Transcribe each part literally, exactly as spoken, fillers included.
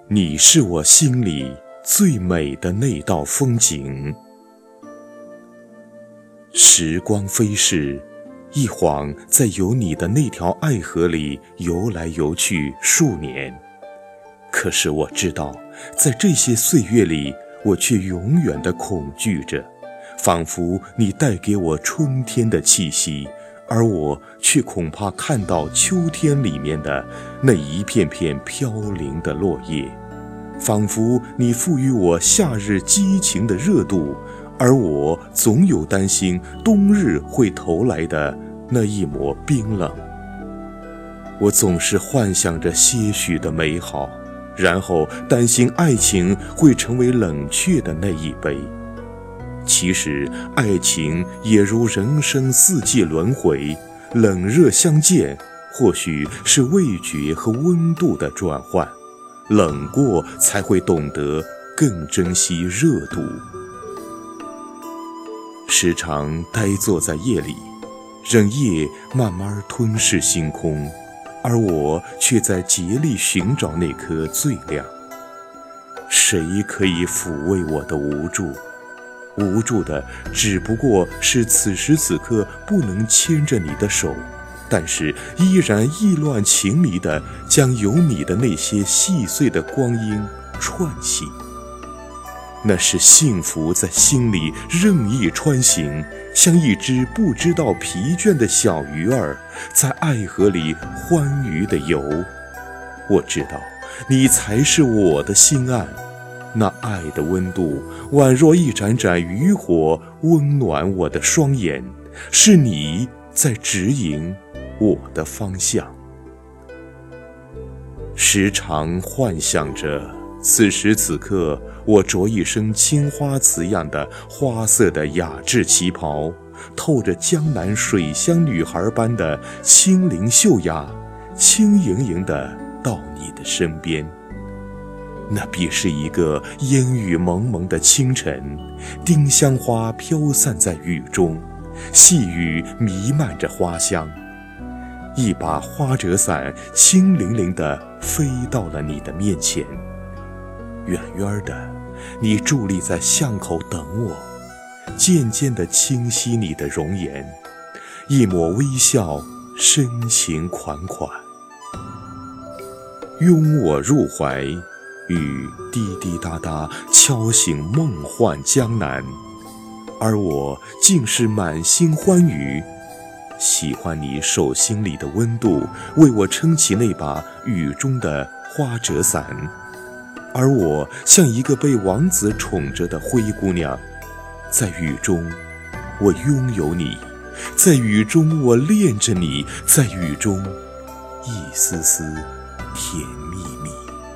你是我心里最美的那道风景。时光飞逝，一晃在有你的那条爱河里游来游去数年。可是我知道，在这些岁月里，我却永远地恐惧着，仿佛你带给我春天的气息，而我却恐怕看到秋天里面的那一片片飘零的落叶，仿佛你赋予我夏日激情的热度，而我总有担心冬日会投来的那一抹冰冷。我总是幻想着些许的美好，然后担心爱情会成为冷却的那一杯。其实爱情也如人生四季轮回，冷热相间，或许是味觉和温度的转换，冷过才会懂得更珍惜热度。时常呆坐在夜里，任夜慢慢吞噬星空，而我却在竭力寻找那颗最亮。谁可以抚慰我的无助？无助的只不过是此时此刻不能牵着你的手，但是依然意乱情迷地将有你的那些细碎的光阴串起。那是幸福在心里任意穿行，像一只不知道疲倦的小鱼儿，在爱河里欢愉地游。我知道，你才是我的心岸，那爱的温度宛若一盏盏渔火，温暖我的双眼，是你在指引我的方向。时常幻想着此时此刻，我着一身青花瓷样的花色的雅致旗袍，透着江南水乡女孩般的清灵秀雅，轻盈盈地到你的身边。那必是一个烟雨蒙蒙的清晨，丁香花飘散在雨中，细雨弥漫着花香。一把花折伞轻灵灵地飞到了你的面前，远远的，你伫立在巷口等我，渐渐地清晰你的容颜，一抹微笑，深情款款。拥我入怀，雨滴滴答答敲醒梦幻江南，而我竟是满心欢愉，喜欢你手心里的温度，为我撑起那把雨中的花折伞，而我像一个被王子宠着的灰姑娘，在雨中我拥有你，在雨中我恋着你，在雨中一丝丝甜蜜蜜。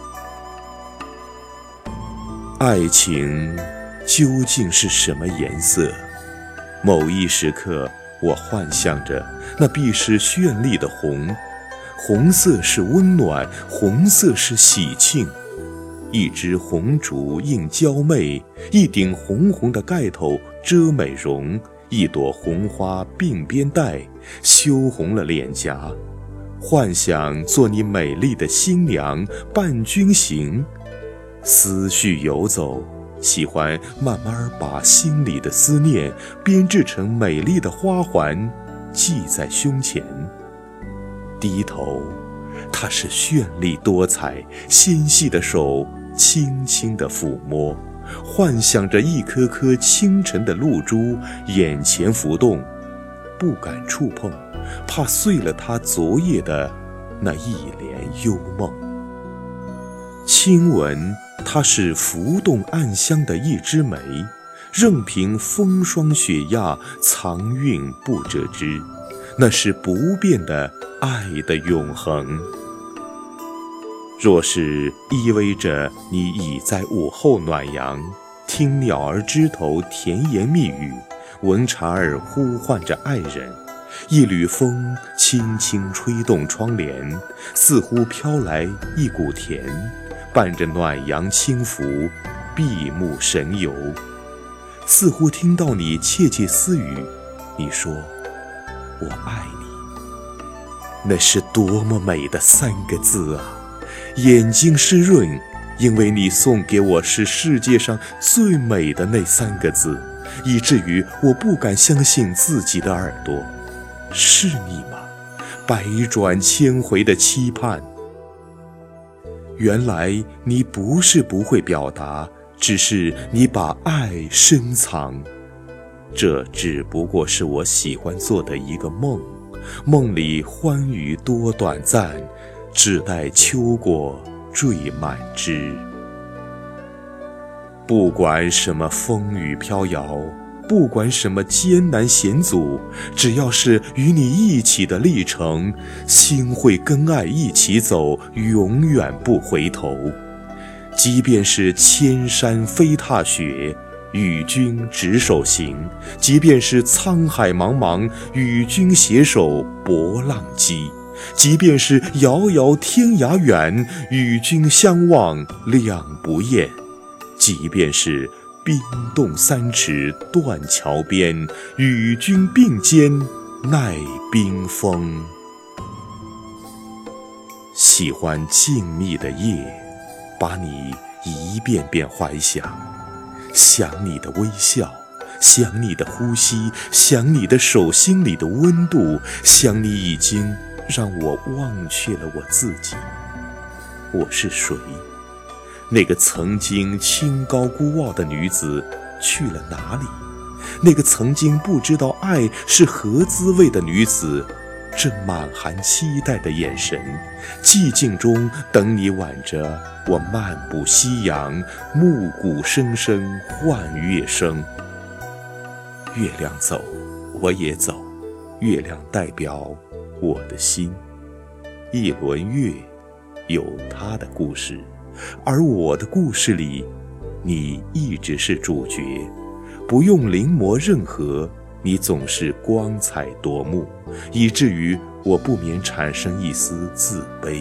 爱情究竟是什么颜色？某一时刻，我幻想着那必是绚丽的红，红色是温暖，红色是喜庆。一枝红烛映娇媚，一顶红红的盖头遮美容，一朵红花鬓边带，羞红了脸颊。幻想做你美丽的新娘，伴君行。思绪游走，喜欢慢慢把心里的思念编织成美丽的花环，系在胸前。低头，它是绚丽多彩，纤细的手轻轻地抚摸，幻想着一颗颗清晨的露珠眼前浮动，不敢触碰，怕碎了它昨夜的那一帘幽梦。亲吻，它是浮动暗香的一枝梅，任凭风霜雪压，藏韵不折枝，那是不变的爱的永恒。若是依偎着你倚在午后暖阳，听鸟儿枝头甜言蜜语，闻蝉儿呼唤着爱人，一缕风轻轻吹动窗帘，似乎飘来一股甜，伴着暖阳轻拂，闭目神游。似乎听到你窃窃私语，你说我爱你，那是多么美的三个字啊！眼睛湿润， 因为你送给我是世界上最美的那三个字，以至于我不敢相信自己的耳朵。是你吗？百转千回的期盼。原来你不是不会表达，只是你把爱深藏。这只不过是我喜欢做的一个梦，梦里欢愉多短暂，只待秋过缀满枝。不管什么风雨飘摇，不管什么艰难险阻，只要是与你一起的历程，心会跟爱一起走，永远不回头。即便是千山飞踏雪，与君执手行；即便是沧海茫茫，与君携手搏浪迹；即便是遥遥天涯远，与君相望两不厌；即便是冰冻三尺断桥边，与君并肩耐冰封。喜欢静谧的夜，把你一遍遍怀想，想你的微笑，想你的呼吸，想你的手心里的温度，想你已经让我忘却了我自己。我是谁？那个曾经清高孤傲的女子去了哪里？那个曾经不知道爱是何滋味的女子，正满含期待的眼神，寂静中等你挽着我漫步夕阳，暮鼓声声唤月声。月亮走，我也走，月亮代表我的心。一轮月有它的故事，而我的故事里，你一直是主角，不用临摹任何，你总是光彩夺目，以至于我不免产生一丝自卑。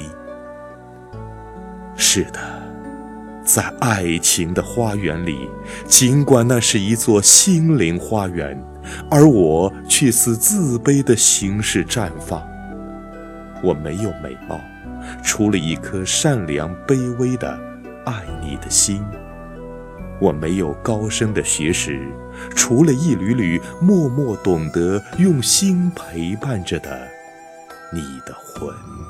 是的，在爱情的花园里，尽管那是一座心灵花园，而我却似自卑的形式绽放。我没有美貌，除了一颗善良卑微的爱你的心。我没有高深的学识，除了一缕缕默默懂得用心陪伴着的你的魂。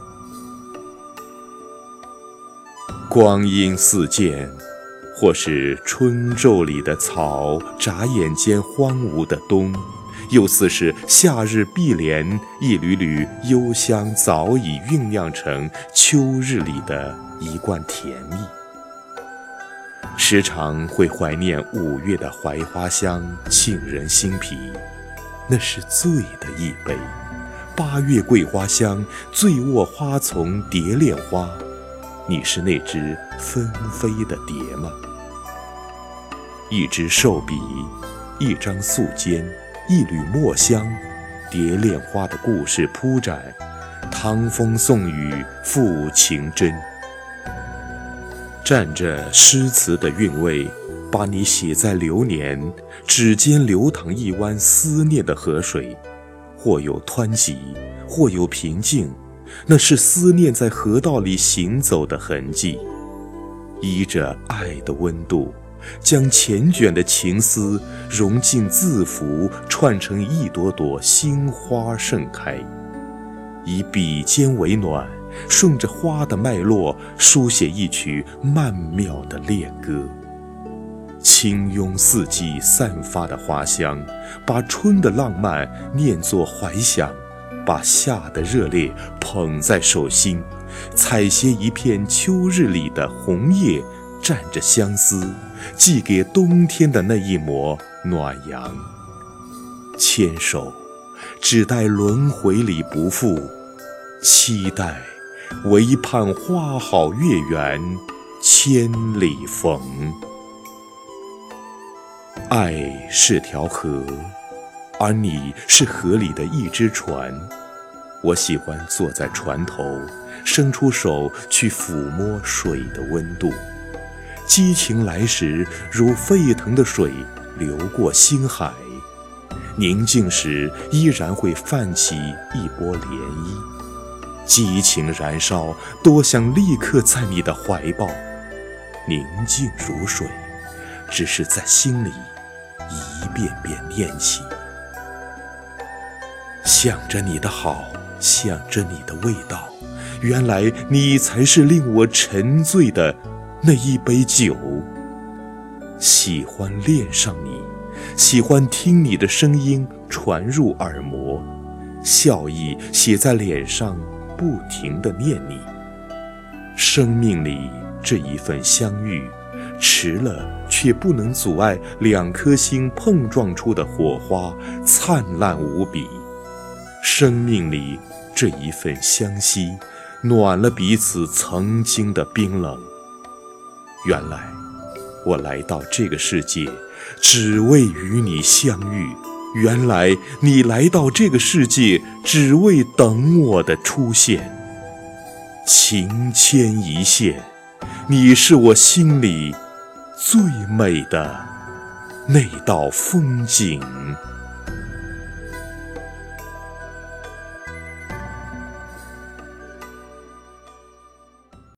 光阴似箭，或是春昼里的草，眨眼间荒芜的冬，又似是夏日碧莲，一缕缕幽香早已酝酿成秋日里的一罐甜蜜。时常会怀念五月的槐花香沁人心脾，那是醉的一杯。八月桂花香，醉卧花丛蝶恋花，你是那只纷飞的蝶吗？一支瘦笔，一张素笺，一缕墨香，蝶恋花的故事铺展，唐风宋雨赋情真。蘸着诗词的韵味，把你写在流年，指尖流淌一湾思念的河水，或有湍急，或有平静，那是思念在河道里行走的痕迹。依着爱的温度，将缱绻的情丝融进字符，串成一朵朵心花盛开。以笔尖为暖，顺着花的脉络，书写一曲曼妙的恋歌。清庸四季散发的花香，把春的浪漫念作怀想，把夏的热烈捧在手心，采撷一片秋日里的红叶，蘸着相思，寄给冬天的那一抹暖阳。牵手，只待轮回里不负，期待，唯盼花好月圆，千里逢。爱是条河，而你是河里的一只船。我喜欢坐在船头，伸出手去抚摸水的温度。激情来时，如沸腾的水流过心海；宁静时，依然会泛起一波涟漪。激情燃烧，多想立刻在你的怀抱。 宁静如水，只是在心里一遍遍念起。想着你的好，想着你的味道，原来你才是令我沉醉的那一杯酒。喜欢恋上你，喜欢听你的声音传入耳膜，笑意写在脸上，不停地念你。生命里这一份相遇，迟了却不能阻碍两颗心碰撞出的火花灿烂无比。生命里这一份相惜，暖了彼此曾经的冰冷。原来我来到这个世界，只为与你相遇，原来你来到这个世界，只为等我的出现。情牵一线，你是我心里最美的那道风景。